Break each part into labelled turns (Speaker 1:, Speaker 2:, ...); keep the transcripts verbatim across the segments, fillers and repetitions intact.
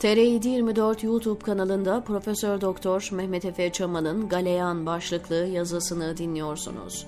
Speaker 1: T R yedi yirmi dört YouTube kanalında Profesör Doktor Mehmet Efe Çaman'ın Galeyan başlıklı yazısını dinliyorsunuz.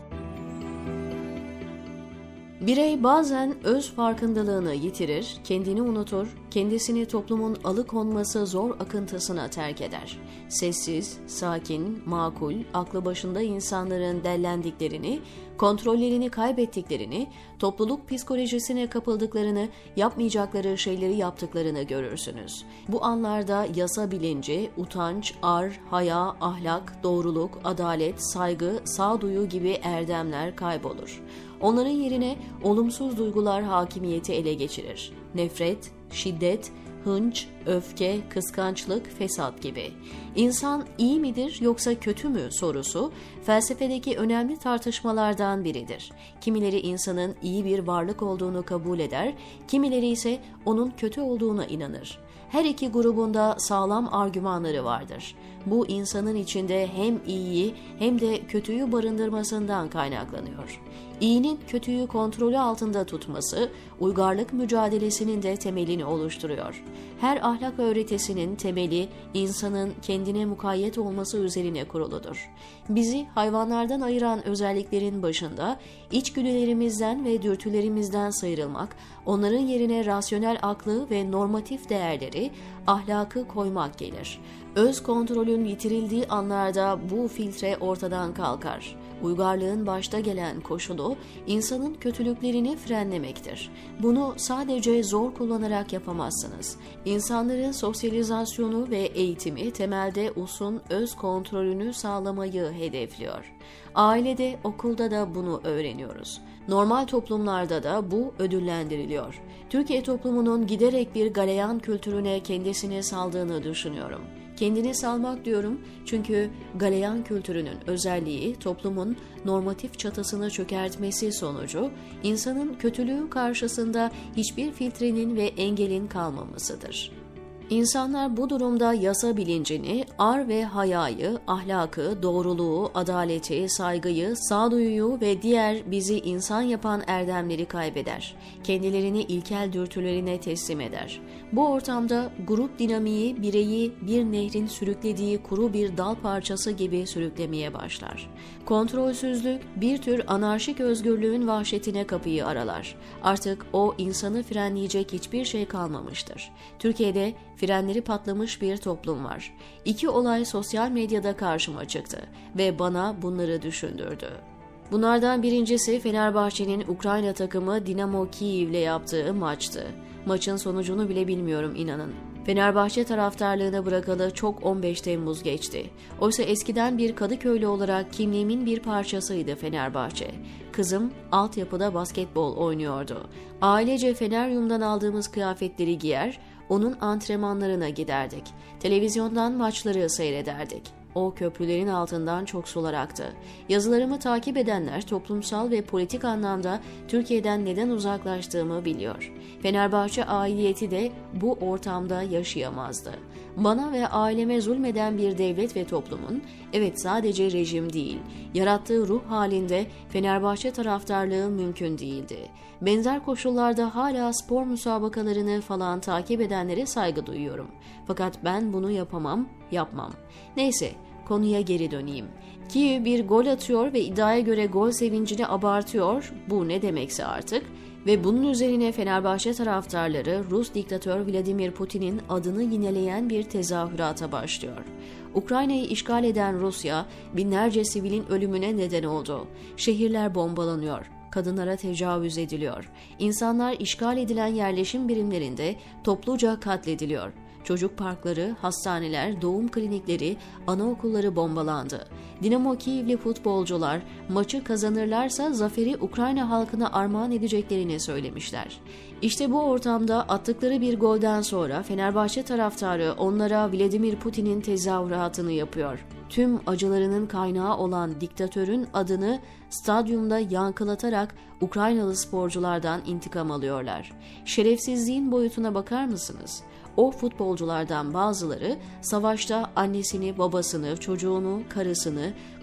Speaker 1: Birey bazen öz farkındalığını yitirir, kendini unutur, kendisini toplumun alıkonması zor akıntısına terk eder. Sessiz, sakin, makul, aklı başında insanların dellendiklerini, kontrollerini kaybettiklerini, topluluk psikolojisine kapıldıklarını, yapmayacakları şeyleri yaptıklarını görürsünüz. Bu anlarda yasa bilinci, utanç, ar, haya, ahlak, doğruluk, adalet, saygı, sağduyu gibi erdemler kaybolur. Onların yerine olumsuz duygular hakimiyeti ele geçirir. Nefret, şiddet, hınç, öfke, kıskançlık, fesat gibi. İnsan iyi midir yoksa kötü mü sorusu felsefedeki önemli tartışmalardan biridir. Kimileri insanın iyi bir varlık olduğunu kabul eder, kimileri ise onun kötü olduğuna inanır. Her iki grubunda sağlam argümanları vardır. Bu insanın içinde hem iyiyi hem de kötüyü barındırmasından kaynaklanıyor. İyinin kötüyü kontrolü altında tutması, uygarlık mücadelesinin de temelini oluşturuyor. Her ahlak öğretisinin temeli insanın kendine mukayyet olması üzerine kuruludur. Bizi hayvanlardan ayıran özelliklerin başında içgüdülerimizden ve dürtülerimizden sıyrılmak, onların yerine rasyonel aklı ve normatif değerleri, ahlakı koymak gelir. Öz kontrolün yitirildiği anlarda bu filtre ortadan kalkar. Uygarlığın başta gelen koşulu insanın kötülüklerini frenlemektir. Bunu sadece zor kullanarak yapamazsınız. İnsanların sosyalizasyonu ve eğitimi temelde usun öz kontrolünü sağlamayı hedefliyor. Ailede, okulda da bunu öğreniyoruz. Normal toplumlarda da bu ödüllendiriliyor. Türkiye toplumunun giderek bir galeyan kültürüne kendisini saldığını düşünüyorum. Kendini salmak diyorum çünkü galeyan kültürünün özelliği toplumun normatif çatısını çökertmesi sonucu insanın kötülüğü karşısında hiçbir filtrenin ve engelin kalmamasıdır. İnsanlar bu durumda yasa bilincini, ar ve hayayı, ahlakı, doğruluğu, adaleti, saygıyı, sağduyuyu ve diğer bizi insan yapan erdemleri kaybeder. Kendilerini ilkel dürtülerine teslim eder. Bu ortamda grup dinamiği bireyi bir nehrin sürüklediği kuru bir dal parçası gibi sürüklemeye başlar. Kontrolsüzlük bir tür anarşik özgürlüğün vahşetine kapıyı aralar. Artık o insanı frenleyecek hiçbir şey kalmamıştır. Türkiye'de frenleri patlamış bir toplum var. İki olay sosyal medyada karşıma çıktı ve bana bunları düşündürdü. Bunlardan birincisi Fenerbahçe'nin Ukrayna takımı Dinamo Kiev'le yaptığı maçtı. Maçın sonucunu bile bilmiyorum inanın. Fenerbahçe taraftarlığına bırakalı çok on beş Temmuz geçti. Oysa eskiden bir Kadıköylü olarak kimliğimin bir parçasıydı Fenerbahçe. Kızım altyapıda basketbol oynuyordu. Ailece Feneryum'dan aldığımız kıyafetleri giyer, onun antrenmanlarına giderdik. Televizyondan maçları seyrederdik. O köprülerin altından çok sular aktı. Yazılarımı takip edenler toplumsal ve politik anlamda Türkiye'den neden uzaklaştığımı biliyor. Fenerbahçe aidiyeti de bu ortamda yaşayamazdı. Bana ve aileme zulmeden bir devlet ve toplumun, evet sadece rejim değil, yarattığı ruh halinde Fenerbahçe taraftarlığı mümkün değildi. Benzer koşullarda hala spor müsabakalarını falan takip edenlere saygı duyuyorum. Fakat ben bunu yapamam, yapmam. Neyse, konuya geri döneyim. Kiev bir gol atıyor ve iddiaya göre gol sevincini abartıyor, bu ne demekse artık, ve bunun üzerine Fenerbahçe taraftarları Rus diktatör Vladimir Putin'in adını yineleyen bir tezahürata başlıyor. Ukrayna'yı işgal eden Rusya, binlerce sivilin ölümüne neden oldu. Şehirler bombalanıyor. Kadınlara tecavüz ediliyor. İnsanlar işgal edilen yerleşim birimlerinde topluca katlediliyor. Çocuk parkları, hastaneler, doğum klinikleri, anaokulları bombalandı. Dinamo Kiev'li futbolcular maçı kazanırlarsa zaferi Ukrayna halkına armağan edeceklerini söylemişler. İşte bu ortamda attıkları bir golden sonra Fenerbahçe taraftarı onlara Vladimir Putin'in tezahüratını yapıyor. Tüm acılarının kaynağı olan diktatörün adını stadyumda yankılatarak Ukraynalı sporculardan intikam alıyorlar. Şerefsizliğin boyutuna bakar mısınız? O futbolculardan bazıları savaşta annesini, babasını, çocuğunu, karısını,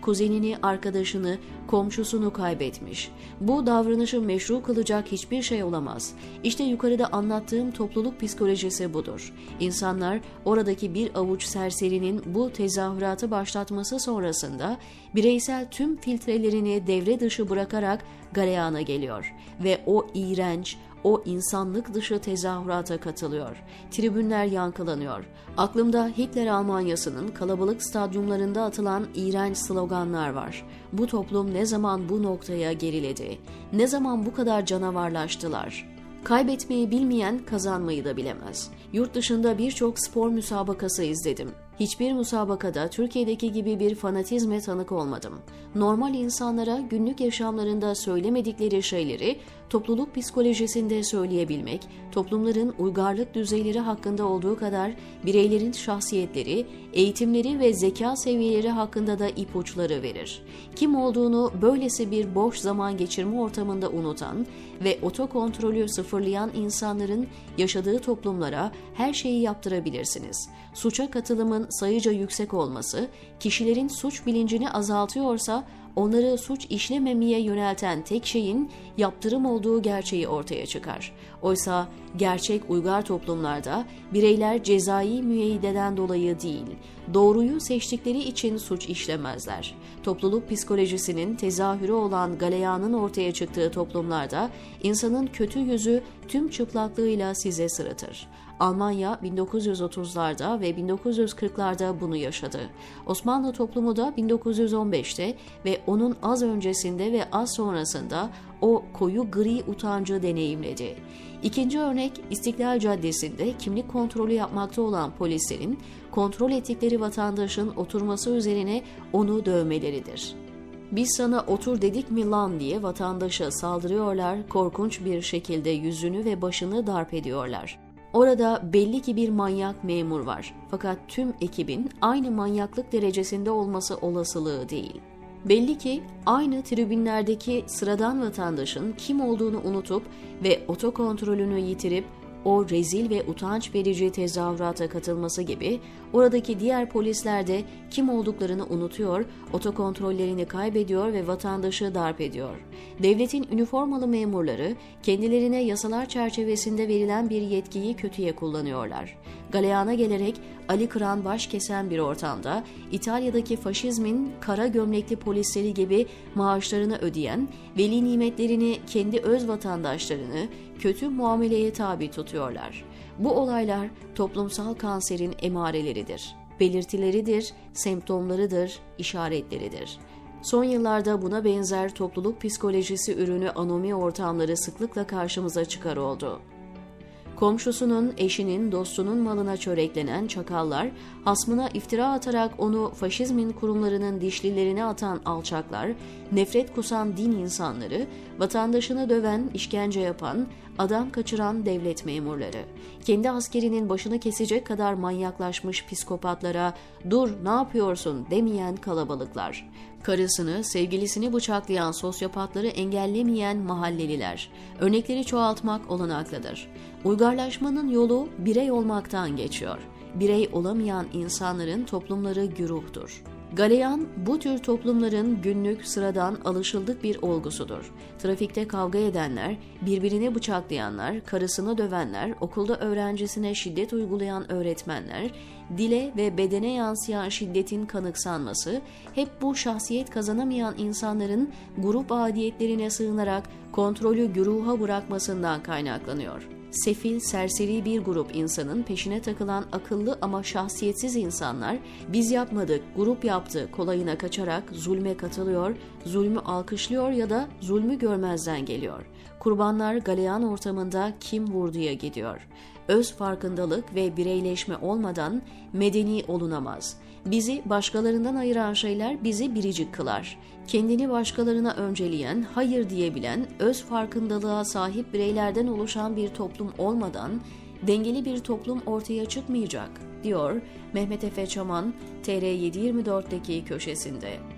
Speaker 1: kuzenini, arkadaşını, komşusunu kaybetmiş. Bu davranışı meşru kılacak hiçbir şey olamaz. İşte yukarıda anlattığım topluluk psikolojisi budur. İnsanlar oradaki bir avuç serserinin bu tezahüratı başlatması sonrasında bireysel tüm filtrelerini devre dışı bırakarak galeyana geliyor ve o iğrenç, o insanlık dışı tezahürata katılıyor. Tribünler yankılanıyor. Aklımda Hitler Almanyası'nın kalabalık stadyumlarında atılan iğrenç sloganlar var. Bu toplum ne zaman bu noktaya geriledi? Ne zaman bu kadar canavarlaştılar? Kaybetmeyi bilmeyen kazanmayı da bilemez. Yurt dışında birçok spor müsabakası izledim. Hiçbir müsabakada Türkiye'deki gibi bir fanatizme tanık olmadım. Normal insanlara günlük yaşamlarında söylemedikleri şeyleri topluluk psikolojisinde söyleyebilmek, toplumların uygarlık düzeyleri hakkında olduğu kadar bireylerin şahsiyetleri, eğitimleri ve zeka seviyeleri hakkında da ipuçları verir. Kim olduğunu böylesi bir boş zaman geçirme ortamında unutan ve otokontrolü sıfırlayan insanların yaşadığı toplumlara her şeyi yaptırabilirsiniz. Suça katılımın sayıca yüksek olması, kişilerin suç bilincini azaltıyorsa, onları suç işlememeye yönelten tek şeyin yaptırım olduğu gerçeği ortaya çıkar. Oysa gerçek uygar toplumlarda bireyler cezai müeyyideden dolayı değil, doğruyu seçtikleri için suç işlemezler. Topluluk psikolojisinin tezahürü olan galeyanın ortaya çıktığı toplumlarda insanın kötü yüzü tüm çıplaklığıyla size sırıtır. Almanya bin dokuz yüz otuzlarda ve bin dokuz yüz kırklarda bunu yaşadı. Osmanlı toplumu da bin dokuz yüz on beşte ve onun az öncesinde ve az sonrasında o koyu gri utancı deneyimledi. İkinci örnek, İstiklal Caddesi'nde kimlik kontrolü yapmakta olan polislerin kontrol ettikleri vatandaşın oturması üzerine onu dövmeleridir. "Biz sana otur dedik mi lan?" diye vatandaşa saldırıyorlar, korkunç bir şekilde yüzünü ve başını darp ediyorlar. Orada belli ki bir manyak memur var. Fakat tüm ekibin aynı manyaklık derecesinde olması olasılığı değil. Belli ki aynı tribünlerdeki sıradan vatandaşın kim olduğunu unutup ve otokontrolünü yitirip o rezil ve utanç verici tezahürata katılması gibi oradaki diğer polisler de kim olduklarını unutuyor, otokontrollerini kaybediyor ve vatandaşı darp ediyor. Devletin üniformalı memurları kendilerine yasalar çerçevesinde verilen bir yetkiyi kötüye kullanıyorlar. Galeyana gelerek Ali Kıran baş kesen bir ortamda İtalya'daki faşizmin kara gömlekli polisleri gibi maaşlarını ödeyen, veli nimetlerini kendi öz vatandaşlarını kötü muameleye tabi tutuyorlar. Bu olaylar toplumsal kanserin emareleridir, belirtileridir, semptomlarıdır, işaretleridir. Son yıllarda buna benzer topluluk psikolojisi ürünü anomi ortamları sıklıkla karşımıza çıkar oldu. Komşusunun, eşinin, dostunun malına çöreklenen çakallar, hasmına iftira atarak onu faşizmin kurumlarının dişlilerine atan alçaklar, nefret kusan din insanları, vatandaşını döven, işkence yapan, adam kaçıran devlet memurları, kendi askerinin başını kesecek kadar manyaklaşmış psikopatlara "dur ne yapıyorsun" demeyen kalabalıklar, karısını, sevgilisini bıçaklayan sosyopatları engellemeyen mahalleliler. Örnekleri çoğaltmak olanaklıdır. Uygarlaşmanın yolu birey olmaktan geçiyor. Birey olamayan insanların toplumları güruhtur. Galeyan, bu tür toplumların günlük, sıradan, alışıldık bir olgusudur. Trafikte kavga edenler, birbirini bıçaklayanlar, karısını dövenler, okulda öğrencisine şiddet uygulayan öğretmenler, dile ve bedene yansıyan şiddetin kanıksanması, hep bu şahsiyet kazanamayan insanların grup adiyetlerine sığınarak kontrolü güruha bırakmasından kaynaklanıyor. Sefil, serseri bir grup insanın peşine takılan akıllı ama şahsiyetsiz insanlar, "biz yapmadık, grup yaptı" kolayına kaçarak zulme katılıyor, zulmü alkışlıyor ya da zulmü görmezden geliyor. Kurbanlar galeyan ortamında kim vurduya gidiyor. Öz farkındalık ve bireyleşme olmadan medeni olunamaz. Bizi başkalarından ayıran şeyler bizi biricik kılar. Kendini başkalarına önceleyen, hayır diyebilen, öz farkındalığa sahip bireylerden oluşan bir toplum olmadan dengeli bir toplum ortaya çıkmayacak, diyor Mehmet Efe Çaman T R yedi yirmi dört'teki köşesinde.